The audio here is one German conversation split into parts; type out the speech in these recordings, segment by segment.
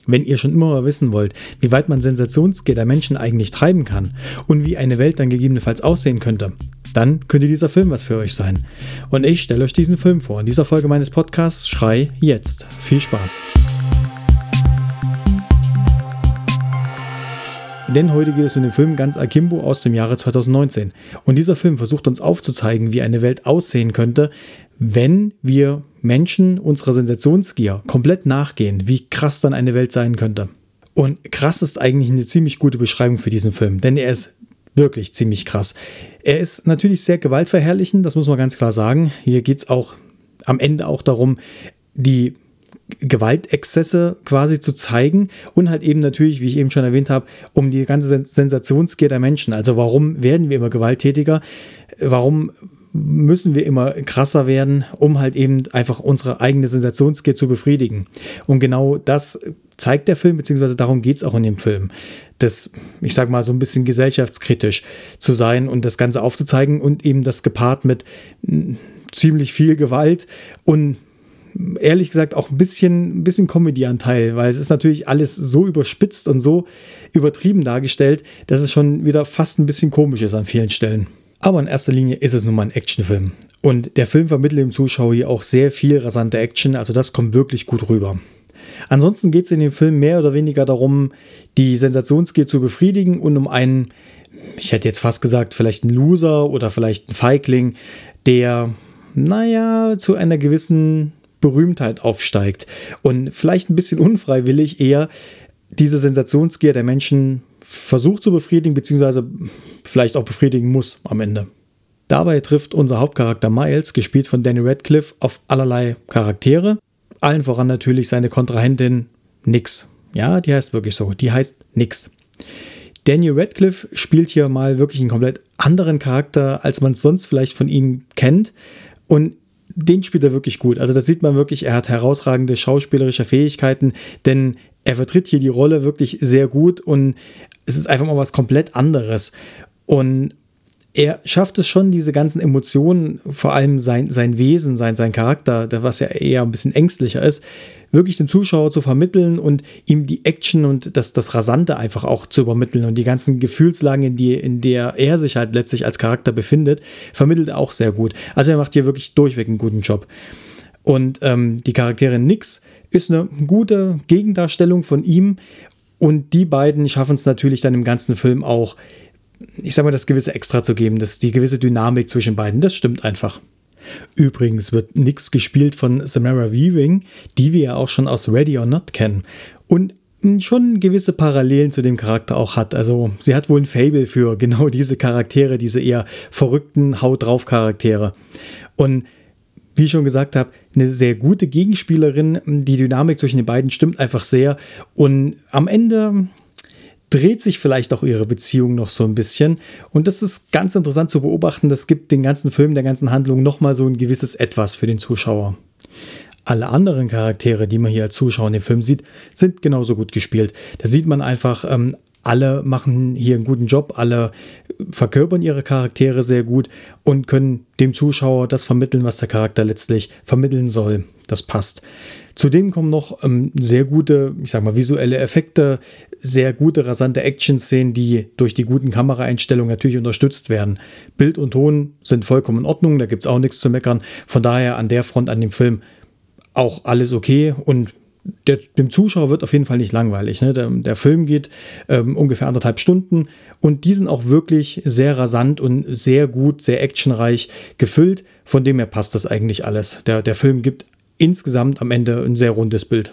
Wenn ihr schon immer mal wissen wollt, wie weit man Sensationsgier der Menschen eigentlich treiben kann und wie eine Welt dann gegebenenfalls aussehen könnte, dann könnte dieser Film was für euch sein. Und ich stelle euch diesen Film vor in dieser Folge meines Podcasts Schrei jetzt. Viel Spaß! Denn heute geht es um den Film Ganz Akimbo aus dem Jahre 2019. Und dieser Film versucht uns aufzuzeigen, wie eine Welt aussehen könnte, wenn wir Menschen unserer Sensationsgier komplett nachgehen, wie krass dann eine Welt sein könnte. Und krass ist eigentlich eine ziemlich gute Beschreibung für diesen Film, denn er ist wirklich ziemlich krass. Er ist natürlich sehr gewaltverherrlichend, das muss man ganz klar sagen. Hier geht es auch am Ende auch darum, die Gewaltexzesse quasi zu zeigen und halt eben natürlich, wie ich eben schon erwähnt habe, um die ganze Sensationsgier der Menschen. Also warum werden wir immer gewalttätiger? Warum müssen wir immer krasser werden, um halt eben einfach unsere eigene Sensationsgier zu befriedigen? Und genau das zeigt der Film, beziehungsweise darum geht es auch in dem Film. Das, ich sag mal, so ein bisschen gesellschaftskritisch zu sein und das Ganze aufzuzeigen und eben das gepaart mit ziemlich viel Gewalt und ehrlich gesagt auch ein bisschen Comedy-Anteil, weil es ist natürlich alles so überspitzt und so übertrieben dargestellt, dass es schon wieder fast ein bisschen komisch ist an vielen Stellen. Aber in erster Linie ist es nun mal ein Actionfilm. Und der Film vermittelt dem Zuschauer hier auch sehr viel rasante Action, also das kommt wirklich gut rüber. Ansonsten geht es in dem Film mehr oder weniger darum, die Sensationsgier zu befriedigen und um einen, ich hätte jetzt fast gesagt, vielleicht einen Loser oder vielleicht einen Feigling, der, zu einer gewissen Berühmtheit aufsteigt und vielleicht ein bisschen unfreiwillig eher diese Sensationsgier der Menschen versucht zu befriedigen, beziehungsweise vielleicht auch befriedigen muss am Ende. Dabei trifft unser Hauptcharakter Miles, gespielt von Danny Radcliffe, auf allerlei Charaktere. Allen voran natürlich seine Kontrahentin Nix. Ja, die heißt wirklich so. Die heißt Nix. Danny Radcliffe spielt hier mal wirklich einen komplett anderen Charakter, als man es sonst vielleicht von ihm kennt. Und den spielt er wirklich gut. Also das sieht man wirklich, er hat herausragende schauspielerische Fähigkeiten, denn er vertritt hier die Rolle wirklich sehr gut und es ist einfach mal was komplett anderes. Und er schafft es schon, diese ganzen Emotionen, vor allem sein Wesen, sein Charakter, was ja eher ein bisschen ängstlicher ist, wirklich dem Zuschauer zu vermitteln und ihm die Action und das Rasante einfach auch zu übermitteln und die ganzen Gefühlslagen, in der er sich halt letztlich als Charakter befindet, vermittelt er auch sehr gut. Also er macht hier wirklich durchweg einen guten Job. Und die Charakterin Nix ist eine gute Gegendarstellung von ihm und die beiden schaffen es natürlich dann im ganzen Film auch, ich sag mal, das gewisse Extra zu geben, die gewisse Dynamik zwischen beiden, das stimmt einfach. Übrigens wird Nix gespielt von Samara Weaving, die wir ja auch schon aus Ready or Not kennen und schon gewisse Parallelen zu dem Charakter auch hat. Also sie hat wohl ein Faible für genau diese Charaktere, diese eher verrückten Haut-drauf-Charaktere. Und wie ich schon gesagt habe, eine sehr gute Gegenspielerin, die Dynamik zwischen den beiden stimmt einfach sehr und am Ende dreht sich vielleicht auch ihre Beziehung noch so ein bisschen. Und das ist ganz interessant zu beobachten. Das gibt den ganzen Film, der ganzen Handlung nochmal so ein gewisses Etwas für den Zuschauer. Alle anderen Charaktere, die man hier als Zuschauer in dem Film sieht, sind genauso gut gespielt. Da sieht man einfach, alle machen hier einen guten Job, alle verkörpern ihre Charaktere sehr gut und können dem Zuschauer das vermitteln, was der Charakter letztlich vermitteln soll. Das passt. Zudem kommen noch sehr gute, ich sag mal, visuelle Effekte, sehr gute, rasante Action-Szenen, die durch die guten Kameraeinstellungen natürlich unterstützt werden. Bild und Ton sind vollkommen in Ordnung, da gibt es auch nichts zu meckern. Von daher an der Front, an dem Film auch alles okay und dem Zuschauer wird auf jeden Fall nicht langweilig. Ne? Der Film geht ungefähr 1,5 Stunden und die sind auch wirklich sehr rasant und sehr gut, sehr actionreich gefüllt. Von dem her passt das eigentlich alles. Der Film gibt insgesamt am Ende ein sehr rundes Bild.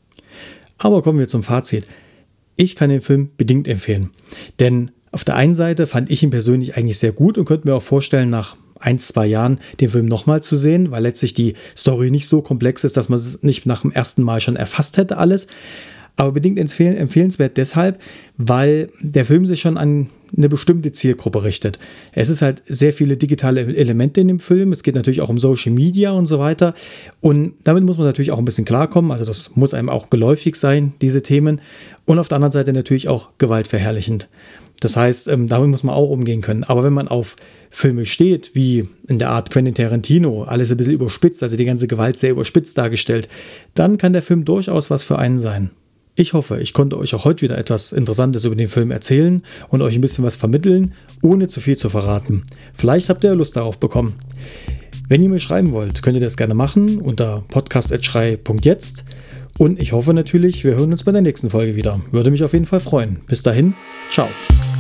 Aber kommen wir zum Fazit. Ich kann den Film bedingt empfehlen. Denn auf der einen Seite fand ich ihn persönlich eigentlich sehr gut und könnte mir auch vorstellen, nach 1-2 Jahren den Film nochmal zu sehen, weil letztlich die Story nicht so komplex ist, dass man es nicht nach dem ersten Mal schon erfasst hätte alles. Aber bedingt empfehlenswert deshalb, weil der Film sich schon an eine bestimmte Zielgruppe richtet. Es ist halt sehr viele digitale Elemente in dem Film. Es geht natürlich auch um Social Media und so weiter. Und damit muss man natürlich auch ein bisschen klarkommen. Also das muss einem auch geläufig sein, diese Themen. Und auf der anderen Seite natürlich auch gewaltverherrlichend. Das heißt, damit muss man auch umgehen können. Aber wenn man auf Filme steht, wie in der Art Quentin Tarantino, alles ein bisschen überspitzt, also die ganze Gewalt sehr überspitzt dargestellt, dann kann der Film durchaus was für einen sein. Ich hoffe, ich konnte euch auch heute wieder etwas Interessantes über den Film erzählen und euch ein bisschen was vermitteln, ohne zu viel zu verraten. Vielleicht habt ihr ja Lust darauf bekommen. Wenn ihr mir schreiben wollt, könnt ihr das gerne machen unter podcast@schrei.jetzt. Und ich hoffe natürlich, wir hören uns bei der nächsten Folge wieder. Würde mich auf jeden Fall freuen. Bis dahin, ciao.